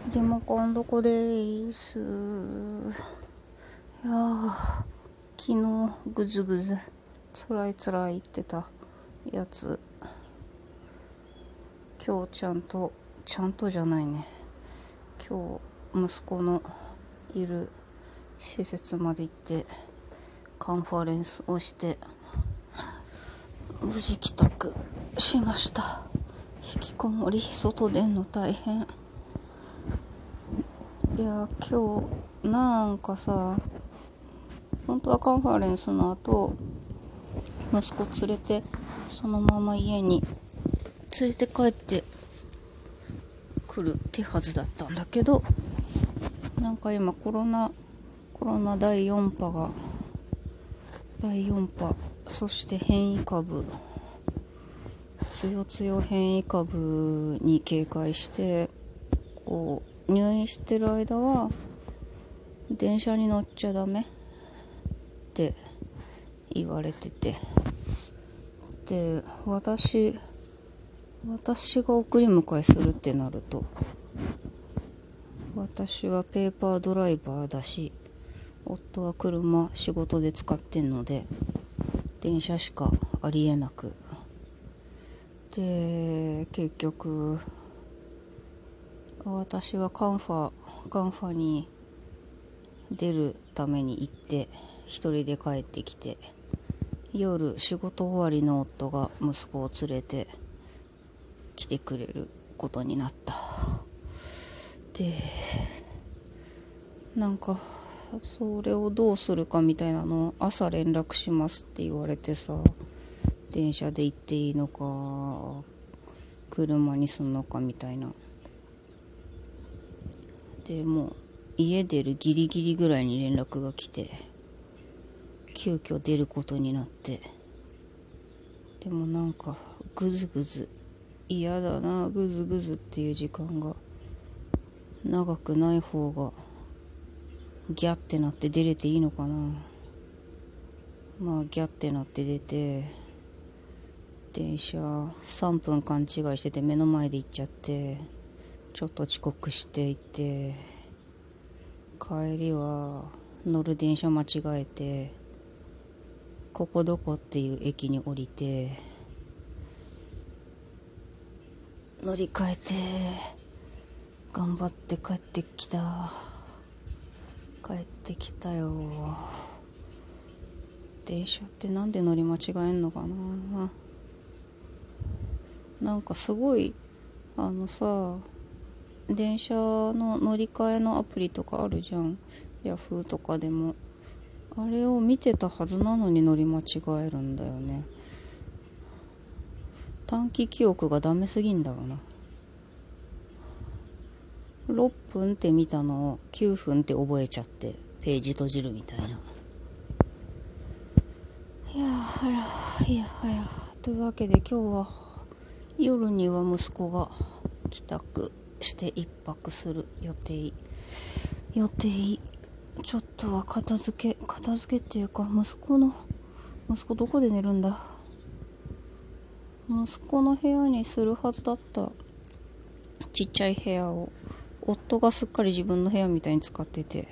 リモコンどこでーす。いやー、昨日ぐずぐずつらい言ってたやつ、今日ちゃんとじゃないね、今日息子のいる施設まで行ってカンファレンスをして無事帰宅しました。引きこもり外出んの大変。いや今日なんかさ、本当はカンファレンスの後息子連れてそのまま家に連れて帰ってくる手はずだったんだけど、なんか今コロナ第4波、そして変異株、強変異株に警戒してこう入院してる間は電車に乗っちゃダメって言われてて、で私が送り迎えするってなると、私はペーパードライバーだし、夫は車仕事で使ってんので電車しかありえなくで、結局私はカンファに出るために行って一人で帰ってきて、夜仕事終わりの夫が息子を連れて来てくれることになった。でなんかそれをどうするかみたいなのを朝連絡しますって言われてさ、電車で行っていいのか車にすんのかみたいな。でもう家出るギリギリぐらいに連絡が来て急遽出ることになって、でもなんかぐずぐず嫌だな、ぐずぐずっていう時間が長くない方がギャってなって出れていいのかな。まあギャってなって出て、電車3分勘違いしてて目の前で行っちゃって、ちょっと遅刻していて、帰りは乗る電車間違えてここどこっていう駅に降りて乗り換えて頑張って帰ってきたよ。電車ってなんで乗り間違えんのかな。なんかすごい電車の乗り換えのアプリとかあるじゃん、ヤフーとかでも。あれを見てたはずなのに乗り間違えるんだよね。短期記憶がダメすぎんだろうな。6分って見たのを9分って覚えちゃってページ閉じるみたいな。いやというわけで今日は夜には息子が帰宅して一泊する予定。ちょっとは片付けっていうか、息子どこで寝るんだ。息子の部屋にするはずだったちっちゃい部屋を夫がすっかり自分の部屋みたいに使ってて、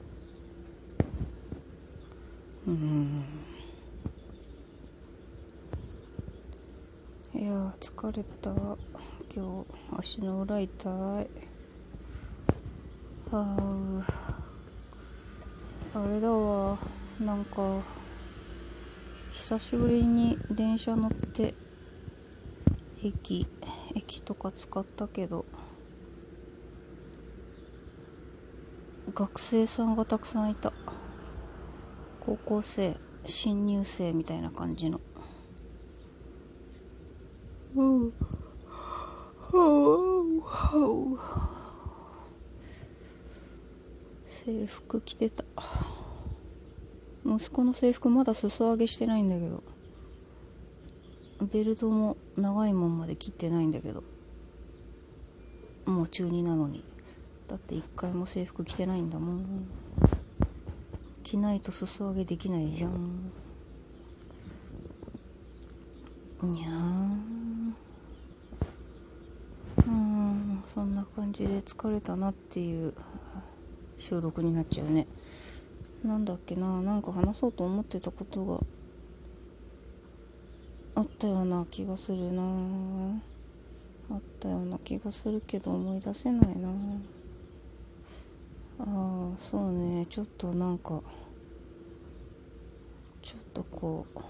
いや疲れた。今日足の裏痛い。あれだわ、なんか久しぶりに電車乗って駅とか使ったけど、学生さんがたくさんいた。高校生、新入生みたいな感じの。制服着てた。息子の制服まだ裾上げしてないんだけど、ベルトも長いまんまで切ってないんだけど、もう中2なのに。だって一回も制服着てないんだもん。着ないと裾上げできないじゃん。にゃーそんな感じで疲れたなっていう収録になっちゃうね。なんだっけな、なんか話そうと思ってたことがあったような気がするな。あったような気がするけど思い出せないな。そうね、ちょっとこう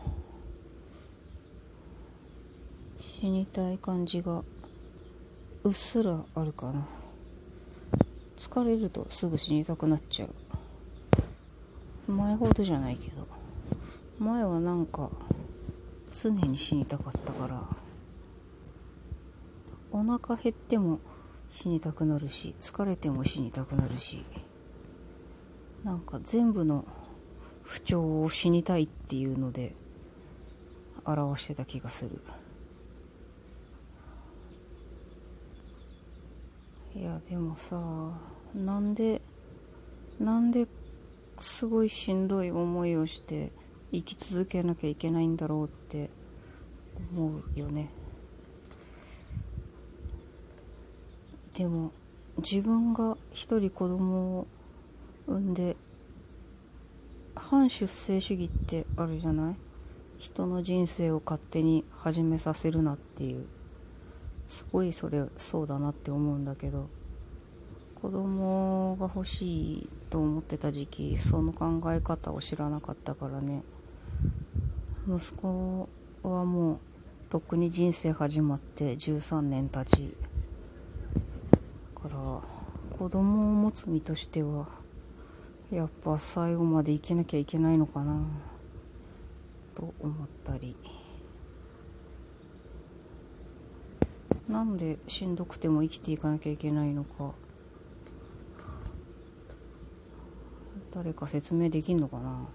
死にたい感じがうっすらあるかな。疲れるとすぐ死にたくなっちゃう。前ほどじゃないけど、前はなんか常に死にたかったから、お腹減っても死にたくなるし、疲れても死にたくなるし、なんか全部の不調を死にたいっていうので表してた気がする。いやでもさ、なんですごいしんどい思いをして生き続けなきゃいけないんだろうって思うよね。でも自分が一人子供を産んで、反出生主義ってあるじゃない。人の人生を勝手に始めさせるなっていう、すごいそれそうだなって思うんだけど、子供が欲しいと思ってた時期、その考え方を知らなかったからね。息子はもうとっくに人生始まって13年経ちから、子供を持つ身としてはやっぱ最後まで生きなきゃいけないのかなと思ったり、なんでしんどくても生きていかなきゃいけないのか、誰か説明できんのかな。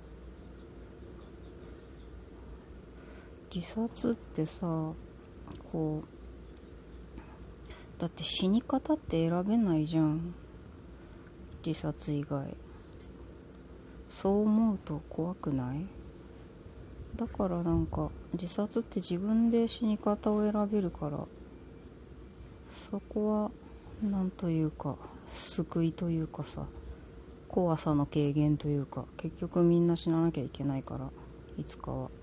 自殺ってさ、こうだって死に方って選べないじゃん、自殺以外。そう思うと怖くない？だからなんか自殺って自分で死に方を選べるから、そこはなんというか救いというかさ、怖さの軽減というか、結局みんな死ななきゃいけないから、いつかは。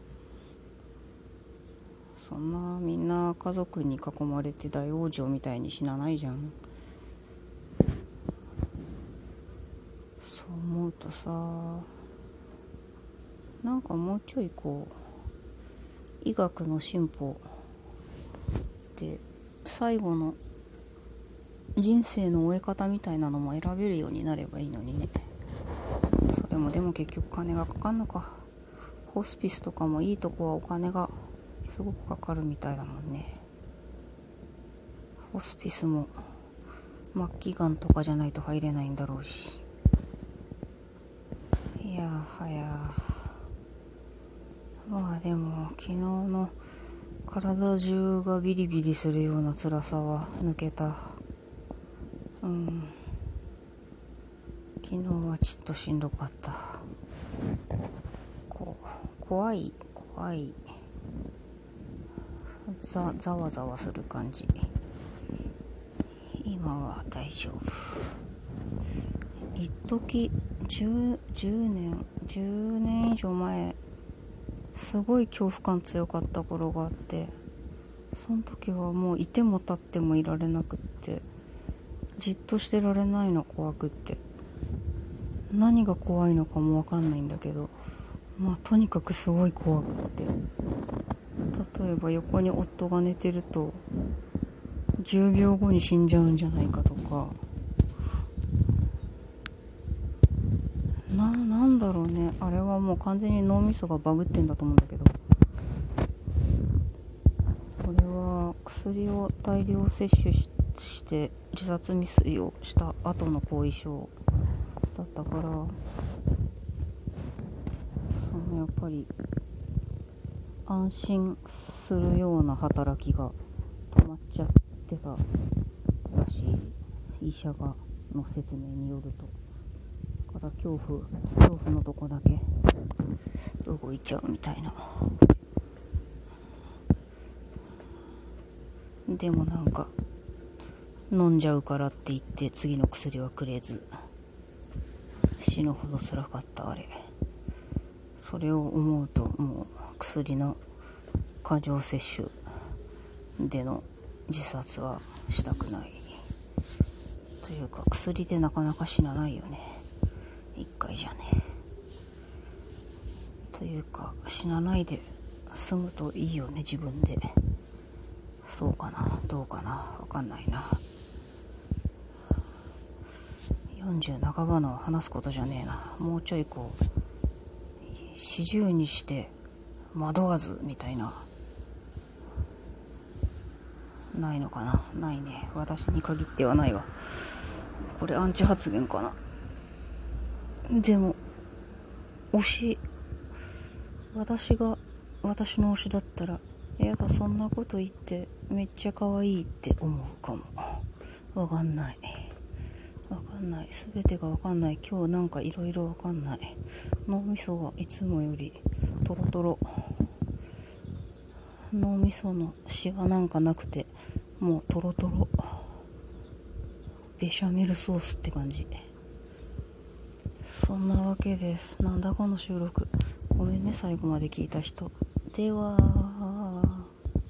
そんなみんな家族に囲まれて大往生みたいに死なないじゃん。そう思うとさ、なんかもうちょいこう医学の進歩で最後の人生の終え方みたいなのも選べるようになればいいのにね。それもでも結局金がかかんのか。ホスピスとかもいいとこはお金がすごくかかるみたいだもんね。ホスピスも末期がんとかじゃないと入れないんだろうし。いやはや、まあでも昨日の体中がビリビリするような辛さは抜けた。昨日はちょっとしんどかった。怖いざわざわする感じ。今は大丈夫。一時10年以上前、すごい恐怖感強かった頃があって、その時はもういても立ってもいられなくって、じっとしてられないの、怖くって。何が怖いのかもわかんないんだけど、まあとにかくすごい怖くって、例えば横に夫が寝てると10秒後に死んじゃうんじゃないかとか、なんだろうね、あれはもう完全に脳みそがバグってんだと思うんだけど、それは薬を大量摂取して自殺未遂をした後の後遺症だったから、やっぱり安心するような働きが止まっちゃってたらしい、医者の説明によると。だから恐怖のとこだけ動いちゃうみたいな。でもなんか飲んじゃうからって言って次の薬はくれず、死ぬほど辛かったあれ。それを思うともう薬の過剰摂取での自殺はしたくないというか、薬でなかなか死なないよね、一回じゃね。というか死なないで済むといいよね、自分で。そうかな、どうかな、わかんないな。40半ばの話すことじゃねえな。もうちょいこう40にして惑わずみたいな、ないのかな。ないね、私に限ってはないわ。これアンチ発言かな。でも私が私の推しだったら、やだそんなこと言ってめっちゃ可愛いって思うかも。わかんない、全てがわかんない。今日なんかいろいろわかんない。脳みそはいつもよりトロトロ。脳みそのシワなんかなくて、もうトロトロ、ベシャメルソースって感じ。そんなわけです。なんだこの収録。ごめんね、最後まで聞いた人。では。